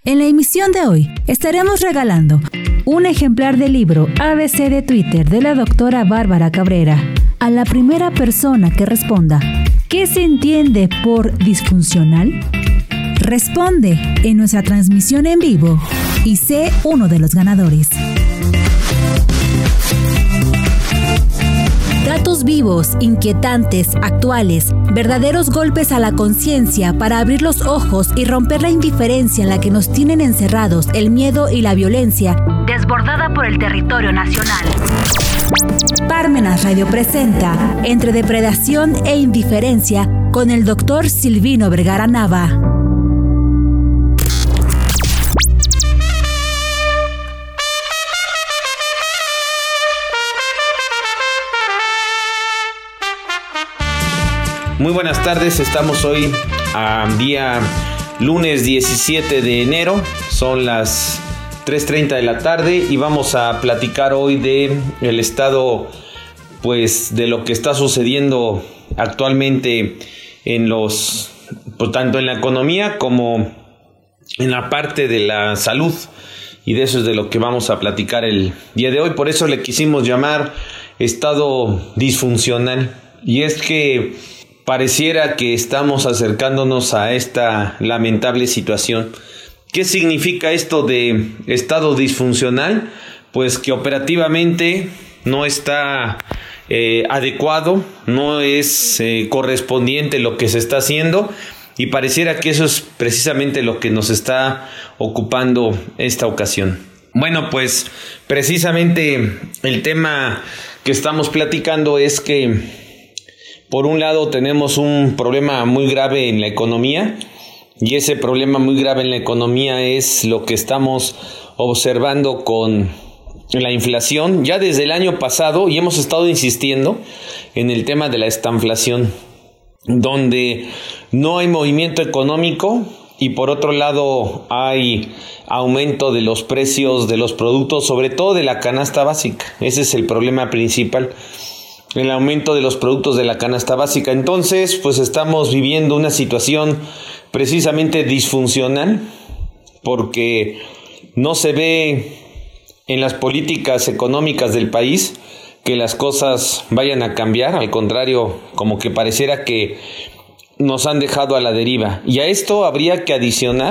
En la emisión de hoy estaremos regalando un ejemplar del libro ABC de Twitter de la doctora Bárbara Cabrera a la primera persona que responda ¿qué se entiende por disfuncional? Responde en nuestra transmisión en vivo y sé uno de los ganadores. Datos vivos, inquietantes, actuales, verdaderos golpes a la conciencia para abrir los ojos y romper la indiferencia en la que nos tienen encerrados el miedo y la violencia, desbordada por el territorio nacional. Parmenas Radio presenta Entre Depredación e Indiferencia con el Dr. Silvino Vergara Nava. Muy buenas tardes, estamos hoy a día lunes 17 de enero, son las 3:30 de la tarde y vamos a platicar hoy de el estado, pues, de lo que está sucediendo actualmente en tanto en la economía como en la parte de la salud, y de eso es de lo que vamos a platicar el día de hoy. Por eso le quisimos llamar estado disfuncional, y es que pareciera que estamos acercándonos a esta lamentable situación. ¿Qué significa esto de estado disfuncional? Pues que operativamente no está adecuado, no es correspondiente lo que se está haciendo, y pareciera que eso es precisamente lo que nos está ocupando esta ocasión. Bueno, pues precisamente el tema que estamos platicando es que por un lado tenemos un problema muy grave en la economía, y ese problema muy grave en la economía es lo que estamos observando con la inflación ya desde el año pasado, y hemos estado insistiendo en el tema de la estanflación, donde no hay movimiento económico y por otro lado hay aumento de los precios de los productos, sobre todo de la canasta básica. Ese es el problema principal, el aumento de los productos de la canasta básica. Entonces, pues estamos viviendo una situación precisamente disfuncional, porque no se ve en las políticas económicas del país que las cosas vayan a cambiar. Al contrario, como que pareciera que nos han dejado a la deriva. Y a esto habría que adicionar,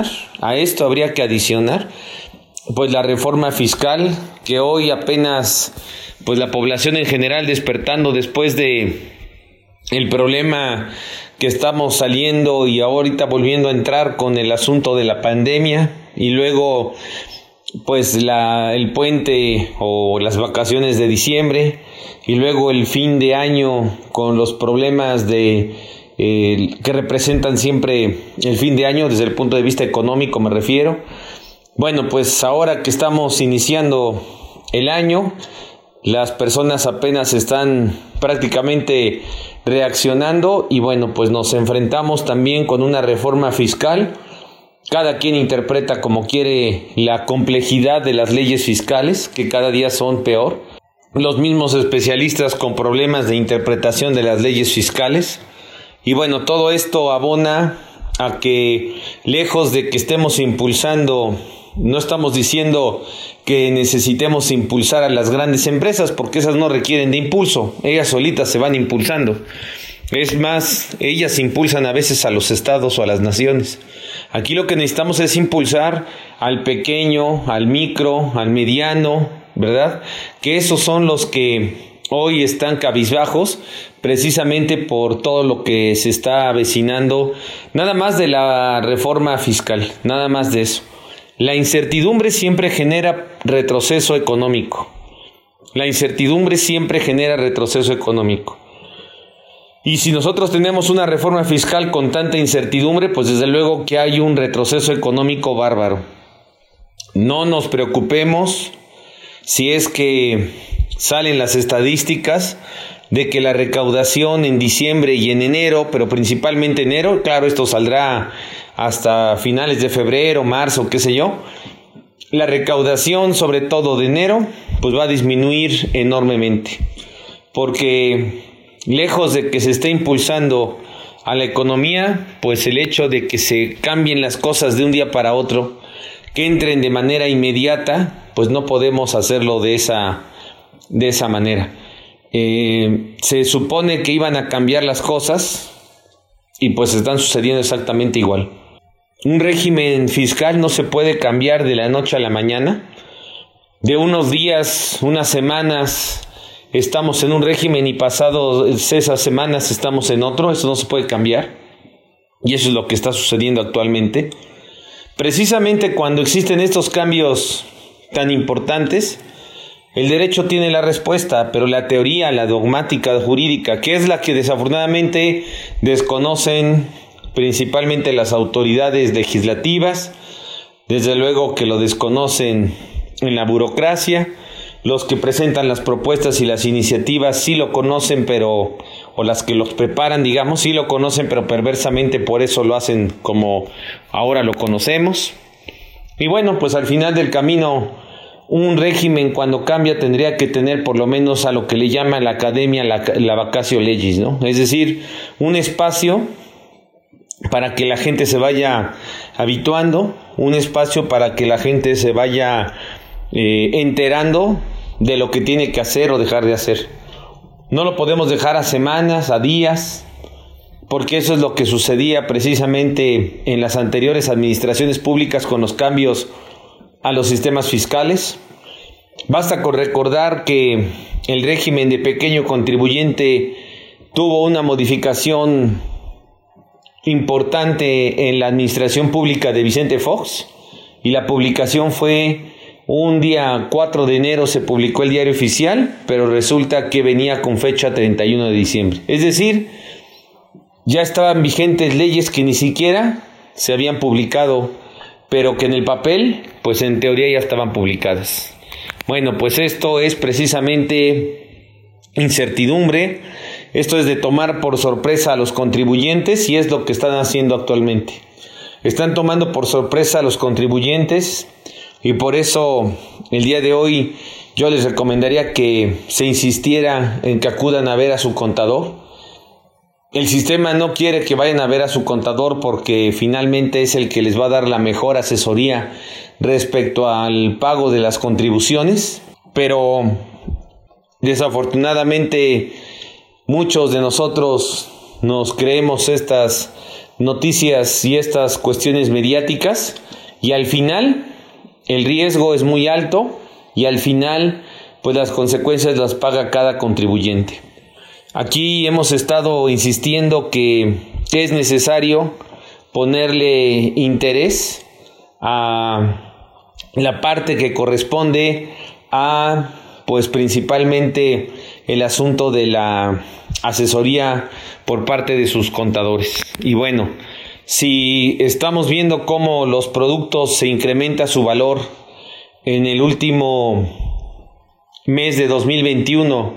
pues la reforma fiscal, que hoy apenas pues la población en general despertando después de el problema que estamos saliendo y ahorita volviendo a entrar con el asunto de la pandemia, y luego pues el puente o las vacaciones de diciembre, y luego el fin de año con los problemas que representan siempre el fin de año desde el punto de vista económico, me refiero. Bueno, pues ahora que estamos iniciando el año, las personas apenas están prácticamente reaccionando, y bueno, pues nos enfrentamos también con una reforma fiscal. Cada quien interpreta como quiere la complejidad de las leyes fiscales, que cada día son peor. Los mismos especialistas con problemas de interpretación de las leyes fiscales. Y bueno, todo esto abona a que, lejos de que estemos impulsando, no estamos diciendo que necesitemos impulsar a las grandes empresas, porque esas no requieren de impulso, ellas solitas se van impulsando. Es más, ellas impulsan a veces a los estados o a las naciones. Aquí lo que necesitamos es impulsar al pequeño, al micro, al mediano, ¿verdad? Que esos son los que hoy están cabizbajos, precisamente por todo lo que se está avecinando, nada más de la reforma fiscal, nada más de eso. La incertidumbre siempre genera retroceso económico. Y si nosotros tenemos una reforma fiscal con tanta incertidumbre, pues desde luego que hay un retroceso económico bárbaro. No nos preocupemos si es que salen las estadísticas de que la recaudación en diciembre y en enero, pero principalmente enero, claro, esto saldrá hasta finales de febrero, marzo, qué sé yo, la recaudación sobre todo de enero pues va a disminuir enormemente, porque lejos de que se esté impulsando a la economía, pues el hecho de que se cambien las cosas de un día para otro, que entren de manera inmediata, pues no podemos hacerlo de esa manera. Se supone que iban a cambiar las cosas y pues están sucediendo exactamente igual. Un régimen fiscal no se puede cambiar de la noche a la mañana. De unos días, unas semanas, estamos en un régimen y pasados esas semanas estamos en otro. Eso no se puede cambiar. Y eso es lo que está sucediendo actualmente. Precisamente cuando existen estos cambios tan importantes, el derecho tiene la respuesta, pero la teoría, la dogmática jurídica, que es la que desafortunadamente desconocen principalmente las autoridades legislativas, desde luego que lo desconocen en la burocracia, los que presentan las propuestas y las iniciativas sí lo conocen, o las que los preparan, digamos, sí lo conocen, pero perversamente por eso lo hacen como ahora lo conocemos. Y bueno, pues al final del camino, un régimen cuando cambia tendría que tener por lo menos a lo que le llama la academia la vacatio legis, ¿no? Es decir, un espacio para que la gente se vaya habituando, un espacio para que la gente se vaya enterando de lo que tiene que hacer o dejar de hacer. No lo podemos dejar a semanas, a días, porque eso es lo que sucedía precisamente en las anteriores administraciones públicas con los cambios a los sistemas fiscales. Basta con recordar que el régimen de pequeño contribuyente tuvo una modificación importante en la administración pública de Vicente Fox, y la publicación fue un día 4 de enero, se publicó el diario oficial, pero resulta que venía con fecha 31 de diciembre. Es decir, ya estaban vigentes leyes que ni siquiera se habían publicado, pero que en el papel, pues en teoría ya estaban publicadas. Bueno, pues esto es precisamente incertidumbre, esto es de tomar por sorpresa a los contribuyentes, y es lo que están haciendo actualmente. Están tomando por sorpresa a los contribuyentes, y por eso el día de hoy yo les recomendaría que se insistiera en que acudan a ver a su contador. El sistema no quiere que vayan a ver a su contador porque finalmente es el que les va a dar la mejor asesoría respecto al pago de las contribuciones, pero desafortunadamente muchos de nosotros nos creemos estas noticias y estas cuestiones mediáticas, y al final el riesgo es muy alto y al final pues las consecuencias las paga cada contribuyente. Aquí hemos estado insistiendo que es necesario ponerle interés a la parte que corresponde a pues principalmente el asunto de la asesoría por parte de sus contadores. Y bueno, si estamos viendo cómo los productos se incrementa su valor en el último mes de 2021,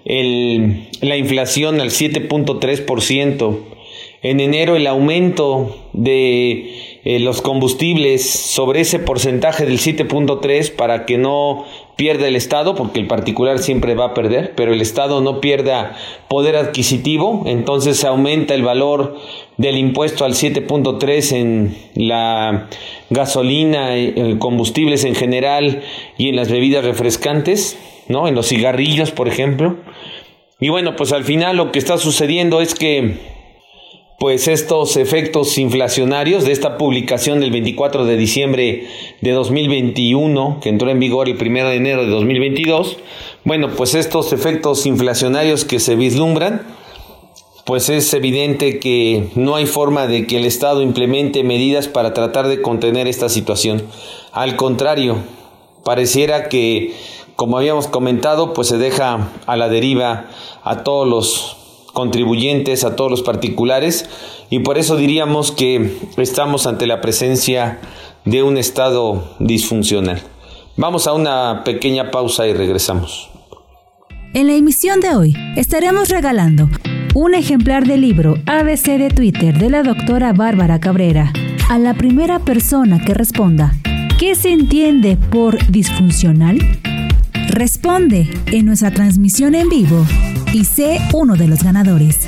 la inflación al 7.3%, en enero el aumento de los combustibles sobre ese porcentaje del 7.3% para que no pierda el Estado, porque el particular siempre va a perder, pero el Estado no pierda poder adquisitivo, entonces se aumenta el valor del impuesto al 7.3% en la gasolina, en combustibles en general y en las bebidas refrescantes, ¿no? En los cigarrillos, por ejemplo. Y bueno, pues al final lo que está sucediendo es que pues estos efectos inflacionarios de esta publicación del 24 de diciembre de 2021, que entró en vigor el 1 de enero de 2022, bueno, pues estos efectos inflacionarios que se vislumbran, pues es evidente que no hay forma de que el Estado implemente medidas para tratar de contener esta situación. Al contrario, pareciera que, como habíamos comentado, pues se deja a la deriva a todos los contribuyentes, a todos los particulares, y por eso diríamos que estamos ante la presencia de un Estado disfuncional. Vamos a una pequeña pausa y regresamos. En la emisión de hoy estaremos regalando un ejemplar del libro ABC de Twitter de la doctora Bárbara Cabrera a la primera persona que responda ¿qué se entiende por disfuncional? Responde en nuestra transmisión en vivo y sé uno de los ganadores.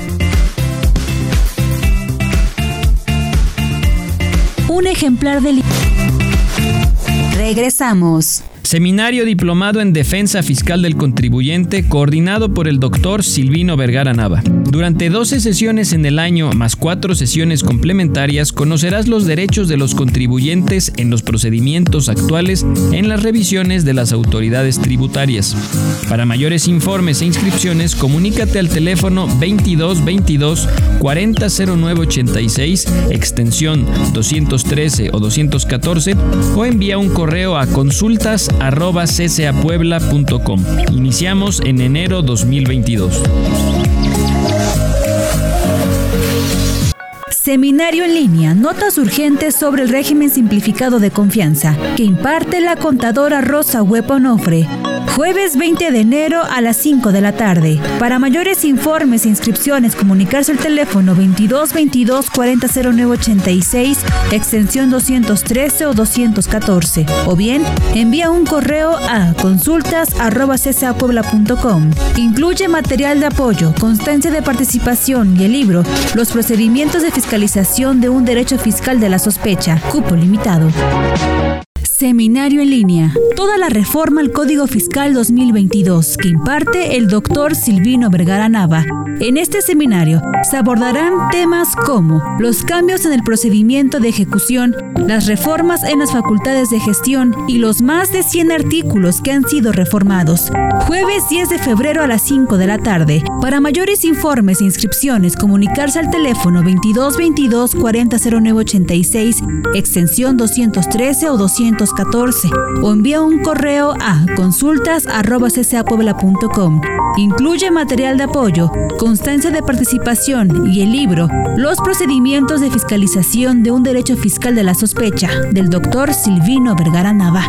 Un ejemplar del libro Regresamos. Seminario Diplomado en Defensa Fiscal del Contribuyente, coordinado por el Dr. Silvino Vergara Nava. Durante 12 sesiones en el año, más 4 sesiones complementarias, conocerás los derechos de los contribuyentes en los procedimientos actuales en las revisiones de las autoridades tributarias. Para mayores informes e inscripciones, comunícate al teléfono 2222 400986, extensión 213 o 214, o envía un correo a consultas@ccapuebla.com. Iniciamos en enero 2022. Seminario en línea, notas urgentes sobre el régimen simplificado de confianza, que imparte la contadora Rosa Huepa Onofre. Jueves 20 de enero a las 5 de la tarde. Para mayores informes e inscripciones, comunicarse al teléfono 2222 400986, extensión 213 o 214. O bien, envía un correo a consultas@ccapuebla.com. Incluye material de apoyo, constancia de participación y el libro Los procedimientos de fiscalización de un derecho fiscal de la sospecha. Cupo limitado. Seminario en línea. Toda la reforma al Código Fiscal 2022 que imparte el Dr. Silvino Vergara Nava. En este seminario se abordarán temas como los cambios en el procedimiento de ejecución, las reformas en las facultades de gestión y los más de 100 artículos que han sido reformados. Jueves 10 de febrero a las 5 de la tarde. Para mayores informes e inscripciones, comunicarse al teléfono 2222 400986, extensión 213 o 214, o envía un correo a consultas@ccapuebla.com. Incluye material de apoyo, constancia de participación y el libro Los procedimientos de fiscalización de un derecho fiscal de la sospecha, del Dr. Silvino Vergara Nava.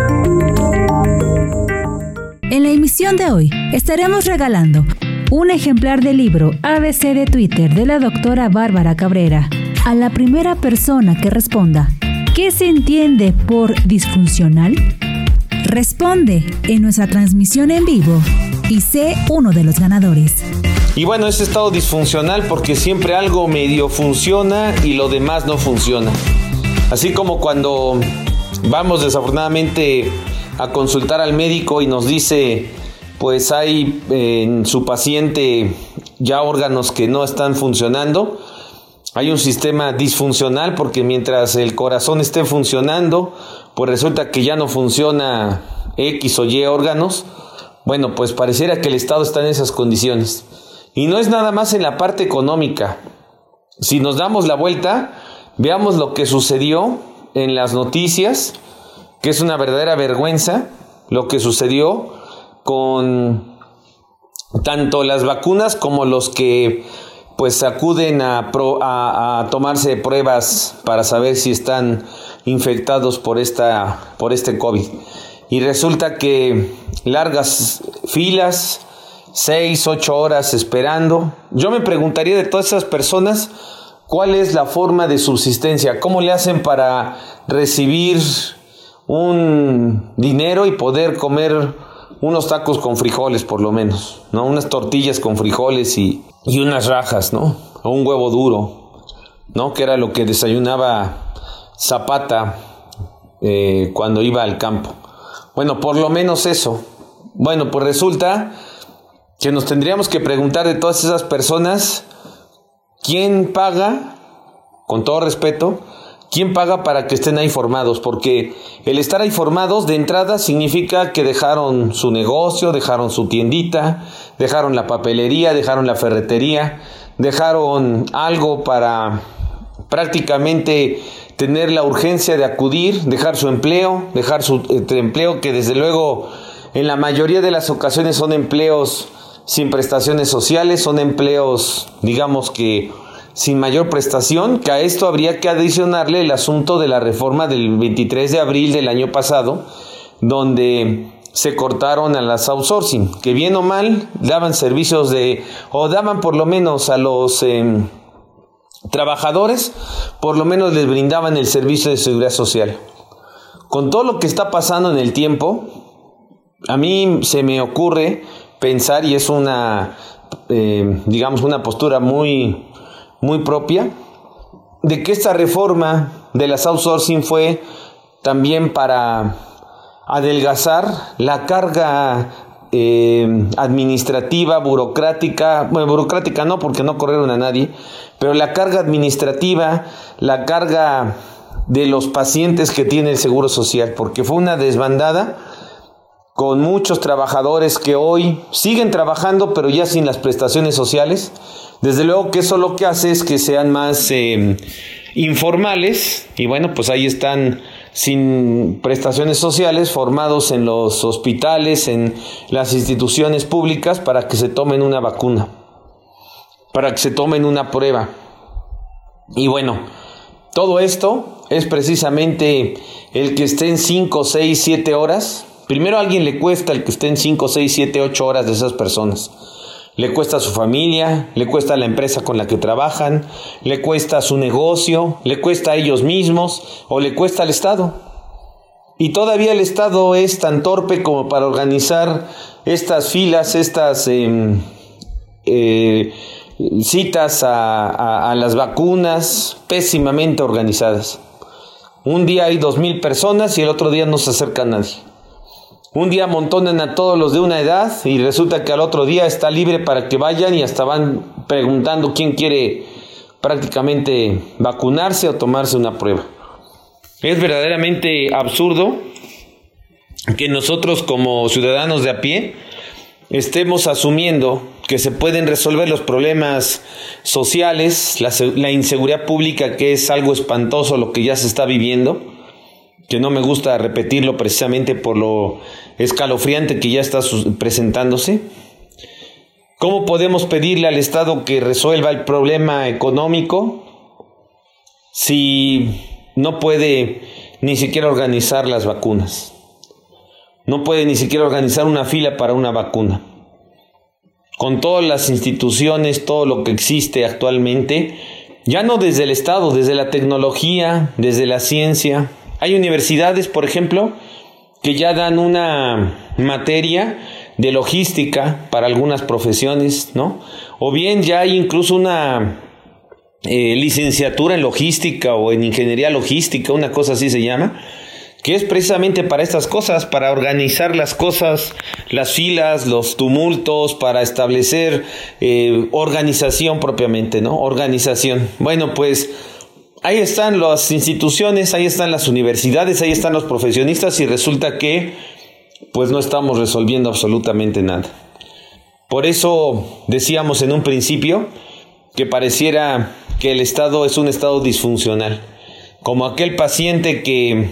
En la emisión de hoy estaremos regalando un ejemplar del libro ABC de Twitter de la doctora Bárbara Cabrera. A la primera persona que responda, ¿qué se entiende por disfuncional? Responde en nuestra transmisión en vivo y sé uno de los ganadores. Y bueno, es estado disfuncional porque siempre algo medio funciona y lo demás no funciona. Así como cuando vamos desafortunadamente a consultar al médico y nos dice, pues hay en su paciente ya órganos que no están funcionando. Hay un sistema disfuncional porque mientras el corazón esté funcionando, pues resulta que ya no funciona X o Y órganos. Bueno, pues pareciera que el Estado está en esas condiciones. Y no es nada más en la parte económica. Si nos damos la vuelta, veamos lo que sucedió en las noticias, que es una verdadera vergüenza, lo que sucedió con tanto las vacunas como los que pues acuden a tomarse pruebas para saber si están infectados por este COVID. Y resulta que largas filas, 6, 8 horas esperando. Yo me preguntaría de todas esas personas, ¿cuál es la forma de subsistencia? ¿Cómo le hacen para recibir un dinero y poder comer unos tacos con frijoles por lo menos, ¿no? Unas tortillas con frijoles y unas rajas, ¿no? O un huevo duro, ¿no? Que era lo que desayunaba Zapata cuando iba al campo. Bueno, por lo menos eso. Bueno, pues resulta que nos tendríamos que preguntar de todas esas personas, ¿quién paga, con todo respeto, quién paga para que estén ahí formados? Porque el estar ahí formados de entrada significa que dejaron su negocio, dejaron su tiendita, dejaron la papelería, dejaron la ferretería, dejaron algo para prácticamente tener la urgencia de acudir, dejar su empleo, dejar su empleo que desde luego en la mayoría de las ocasiones son empleos sin prestaciones sociales, son empleos, digamos que sin mayor prestación, que a esto habría que adicionarle el asunto de la reforma del 23 de abril del año pasado, donde se cortaron a las outsourcing, que bien o mal daban servicios o daban por lo menos a los trabajadores, por lo menos les brindaban el servicio de seguridad social. Con todo lo que está pasando en el tiempo, a mí se me ocurre pensar, y es una, digamos, una postura muy propia, de que esta reforma de las outsourcing fue también para adelgazar la carga administrativa, burocrática, bueno, burocrática no, porque no corrieron a nadie, pero la carga administrativa, la carga de los pacientes que tiene el Seguro Social, porque fue una desbandada con muchos trabajadores que hoy siguen trabajando, pero ya sin las prestaciones sociales. Desde luego que eso lo que hace es que sean más informales, y bueno, pues ahí están sin prestaciones sociales, formados en los hospitales, en las instituciones públicas, para que se tomen una vacuna, para que se tomen una prueba. Y bueno, todo esto es precisamente el que estén 5, 6, 7 horas. Primero a alguien le cuesta el que estén 5, 6, 7, 8 horas de esas personas. Le cuesta a su familia, le cuesta a la empresa con la que trabajan, le cuesta a su negocio, le cuesta a ellos mismos o le cuesta al Estado. Y todavía el Estado es tan torpe como para organizar estas filas, estas citas a las vacunas, pésimamente organizadas. Un día hay 2,000 personas y el otro día no se acerca a nadie. Un día amontonan a todos los de una edad y resulta que al otro día está libre para que vayan y hasta van preguntando quién quiere prácticamente vacunarse o tomarse una prueba. Es verdaderamente absurdo que nosotros como ciudadanos de a pie estemos asumiendo que se pueden resolver los problemas sociales, la inseguridad pública, que es algo espantoso lo que ya se está viviendo, que no me gusta repetirlo precisamente por lo escalofriante que ya está presentándose. ¿Cómo podemos pedirle al Estado que resuelva el problema económico si no puede ni siquiera organizar las vacunas? No puede ni siquiera organizar una fila para una vacuna. Con todas las instituciones, todo lo que existe actualmente, ya no desde el Estado, desde la tecnología, desde la ciencia. Hay universidades, por ejemplo, que ya dan una materia de logística para algunas profesiones, ¿no? O bien ya hay incluso una licenciatura en logística o en ingeniería logística, una cosa así se llama, que es precisamente para estas cosas, para organizar las cosas, las filas, los tumultos, para establecer organización propiamente, ¿no? Organización. Bueno, pues ahí están las instituciones, ahí están las universidades, ahí están los profesionistas y resulta que pues no estamos resolviendo absolutamente nada. Por eso decíamos en un principio que pareciera que el Estado es un Estado disfuncional, como aquel paciente que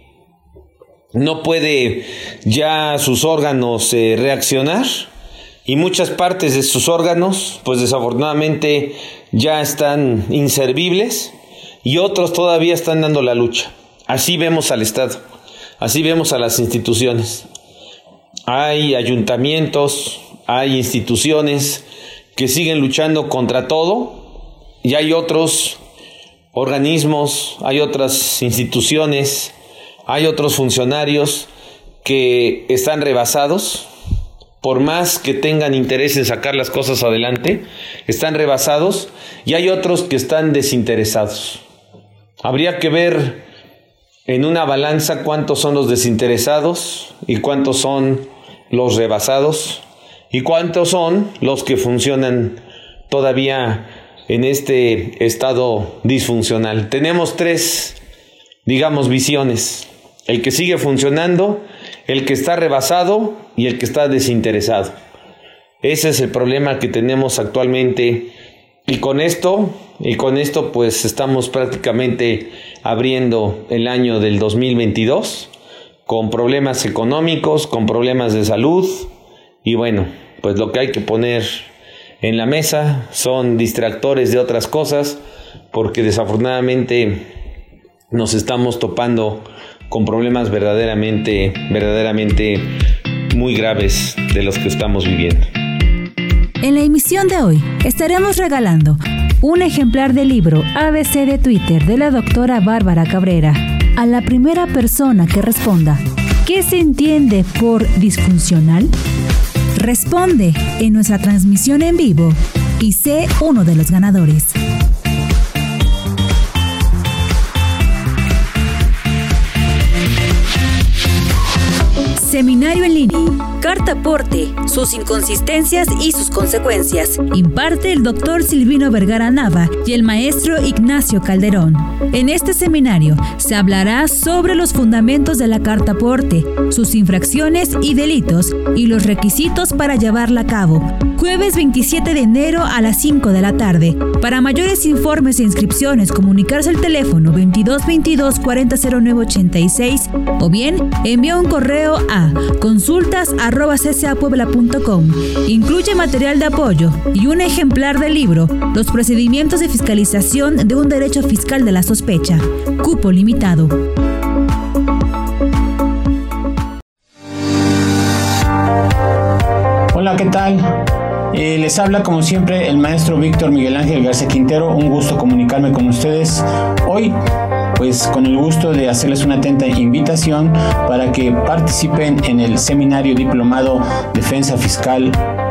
no puede ya sus órganos reaccionar y muchas partes de sus órganos pues desafortunadamente ya están inservibles y otros todavía están dando la lucha. Así vemos al Estado, así vemos a las instituciones. Hay ayuntamientos, hay instituciones que siguen luchando contra todo y hay otros organismos, hay otras instituciones, hay otros funcionarios que están rebasados, por más que tengan interés en sacar las cosas adelante, están rebasados y hay otros que están desinteresados. Habría que ver en una balanza cuántos son los desinteresados y cuántos son los rebasados y cuántos son los que funcionan todavía en este estado disfuncional. Tenemos 3, visiones: el que sigue funcionando, el que está rebasado y el que está desinteresado. Ese es el problema que tenemos actualmente y con esto pues estamos prácticamente abriendo el año del 2022 con problemas económicos, con problemas de salud y bueno, pues lo que hay que poner en la mesa son distractores de otras cosas porque desafortunadamente nos estamos topando con problemas verdaderamente muy graves de los que estamos viviendo. En la emisión de hoy estaremos regalando un ejemplar del libro ABC de Twitter de la doctora Bárbara Cabrera a la primera persona que responda ¿qué se entiende por disfuncional? Responde en nuestra transmisión en vivo y sé uno de los ganadores. Seminario en línea. Carta aporte, sus inconsistencias y sus consecuencias. Imparte el doctor Silvino Vergara Nava y el maestro Ignacio Calderón. En este seminario se hablará sobre los fundamentos de la carta aporte, sus infracciones y delitos y los requisitos para llevarla a cabo. Jueves 27 de enero a las 5 de la tarde. Para mayores informes e inscripciones, comunicarse al teléfono 2222 400986 o bien envía un correo a consultas@ccapuebla.com. Incluye material de apoyo y un ejemplar del libro Los procedimientos de fiscalización de un derecho fiscal de la sospecha. Cupo limitado. Hola, ¿qué tal? Les habla como siempre el maestro Víctor Miguel Ángel García Quintero. Un gusto comunicarme con ustedes hoy, pues con el gusto de hacerles una atenta invitación para que participen en el Seminario Diplomado Defensa Fiscal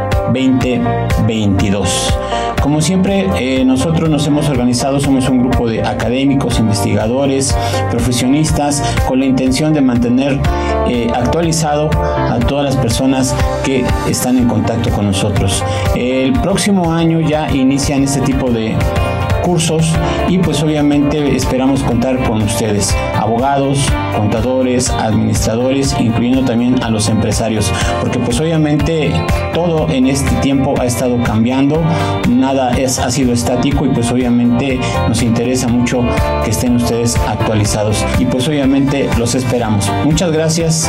2022. Como siempre, nosotros nos hemos organizado, somos un grupo de académicos, investigadores, profesionistas, con la intención de mantener actualizado a todas las personas que están en contacto con nosotros. El próximo año ya inician este tipo de cursos y pues obviamente esperamos contar con ustedes, abogados, contadores, administradores, incluyendo también a los empresarios, porque pues obviamente todo en este tiempo ha estado cambiando, nada ha sido estático y pues obviamente nos interesa mucho que estén ustedes actualizados y pues obviamente los esperamos. Muchas gracias.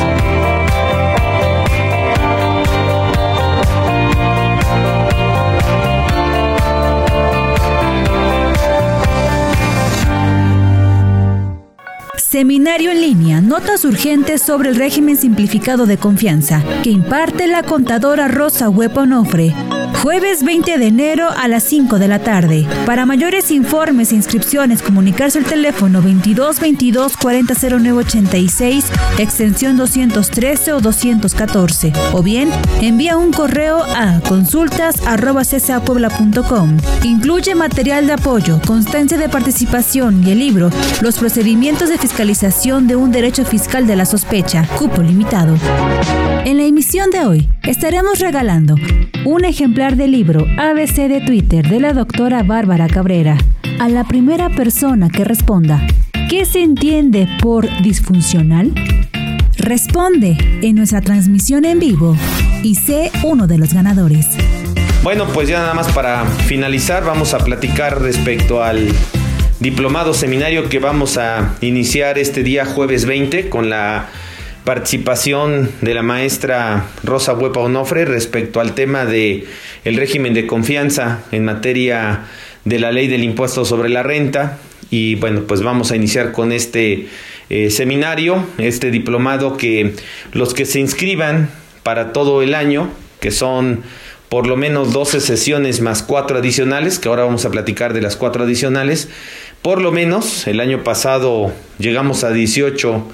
Seminario en línea, notas urgentes sobre el régimen simplificado de confianza, que imparte la contadora Rosa Huepa Onofre. Jueves 20 de enero a las 5 de la tarde. Para mayores informes e inscripciones, comunicarse al teléfono 2222 400986, extensión 213 o 214. O bien, envía un correo a consultas@ccapuebla.com. Incluye material de apoyo, constancia de participación y el libro Los procedimientos de fiscalización de un derecho fiscal de la sospecha. Cupo limitado. En la emisión de hoy estaremos regalando un ejemplar del libro ABC de Twitter de la doctora Bárbara Cabrera. A la primera persona que responda, ¿qué se entiende por disfuncional? Responde en nuestra transmisión en vivo y sé uno de los ganadores. Bueno, pues ya nada más para finalizar, vamos a platicar respecto al diplomado seminario que vamos a iniciar este día jueves 20 con la participación de la maestra Rosa Huepa Onofre respecto al tema de el régimen de confianza en materia de la ley del impuesto sobre la renta. Y bueno, pues vamos a iniciar con este seminario, este diplomado, que los que se inscriban para todo el año, que son por lo menos 12 sesiones más 4 adicionales, que ahora vamos a platicar de las 4 adicionales. Por lo menos el año pasado llegamos a 18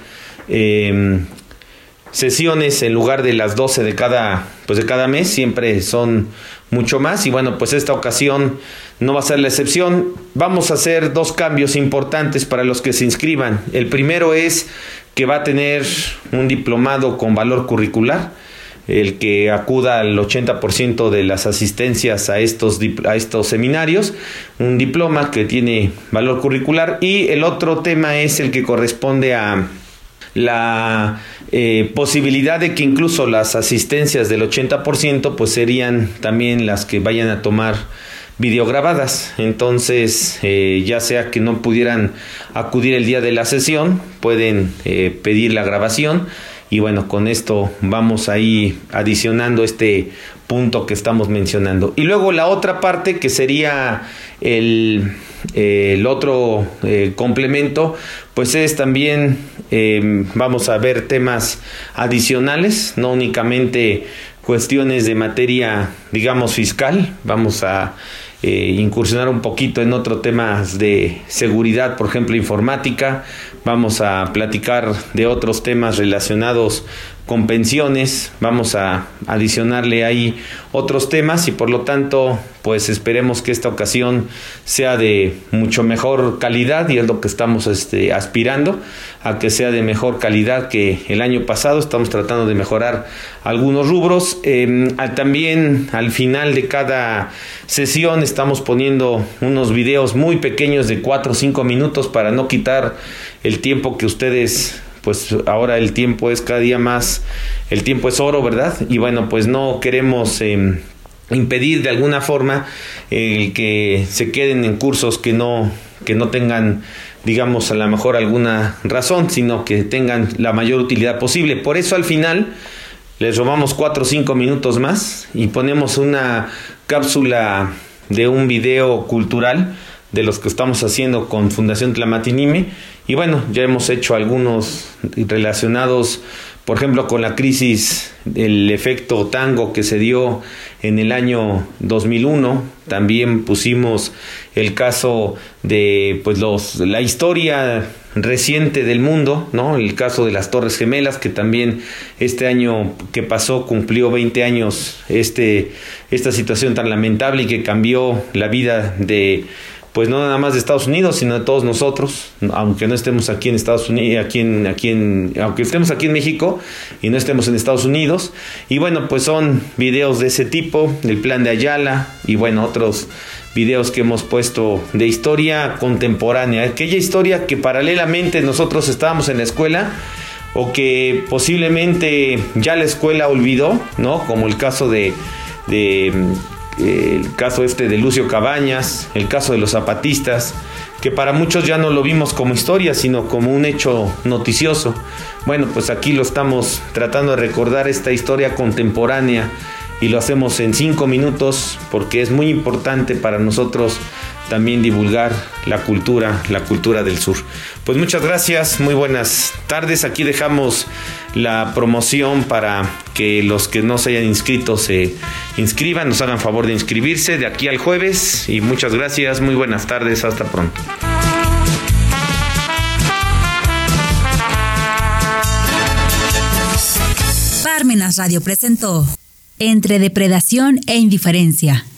sesiones en lugar de las 12 de cada mes, siempre son mucho más, y bueno, pues esta ocasión no va a ser la excepción. Vamos a hacer 2 cambios importantes para los que se inscriban. El primero es que va a tener un diplomado con valor curricular, el que acuda al 80% de las asistencias a estos seminarios, un diploma que tiene valor curricular. Y el otro tema es el que corresponde a la posibilidad de que incluso las asistencias del 80% pues serían también las que vayan a tomar videograbadas. Entonces ya sea que no pudieran acudir el día de la sesión, pueden pedir la grabación. Y bueno, con esto vamos ahí adicionando este punto que estamos mencionando. Y luego la otra parte, que sería el otro complemento, pues es también vamos a ver temas adicionales, no únicamente cuestiones de materia, digamos, fiscal. Vamos a incursionar un poquito en otros temas de seguridad, por ejemplo, informática. Vamos a platicar de otros temas relacionados con pensiones, vamos a adicionarle ahí otros temas y por lo tanto pues esperemos que esta ocasión sea de mucho mejor calidad y es lo que estamos aspirando a que sea de mejor calidad que el año pasado. Estamos tratando de mejorar algunos rubros. También al final de cada sesión estamos poniendo unos videos muy pequeños de 4 o 5 minutos para no quitar el tiempo que ustedes, pues ahora el tiempo es cada día más, el tiempo es oro, ¿verdad? Y bueno, pues no queremos impedir de alguna forma que se queden en cursos que no tengan, digamos, a lo mejor alguna razón, sino que tengan la mayor utilidad posible. Por eso al final les robamos 4 o 5 minutos más y ponemos una cápsula de un video cultural de los que estamos haciendo con Fundación Tlamatinime. Y bueno, ya hemos hecho algunos relacionados, por ejemplo, con la crisis del efecto tango que se dio en el año 2001. También pusimos el caso de pues la historia reciente del mundo, ¿no? El caso de las Torres Gemelas, que también este año que pasó cumplió 20 años esta situación tan lamentable y que cambió la vida de, pues no nada más de Estados Unidos, sino de todos nosotros, aunque no estemos aquí en Estados Unidos, aunque estemos aquí en México y no estemos en Estados Unidos. Y bueno, pues son videos de ese tipo, del Plan de Ayala y bueno, otros videos que hemos puesto de historia contemporánea, aquella historia que paralelamente nosotros estábamos en la escuela o que posiblemente ya la escuela olvidó, ¿no? Como el caso el caso de Lucio Cabañas, el caso de los zapatistas, que para muchos ya no lo vimos como historia, sino como un hecho noticioso. Bueno, pues aquí lo estamos tratando de recordar, esta historia contemporánea, y lo hacemos en 5 minutos porque es muy importante para nosotros también divulgar la cultura del sur. Pues muchas gracias, muy buenas tardes. Aquí dejamos la promoción para que los que no se hayan inscrito se inscriban, nos hagan favor de inscribirse de aquí al jueves. Y muchas gracias, muy buenas tardes, hasta pronto. Parmenas Radio presentó Entre Depredación e Indiferencia.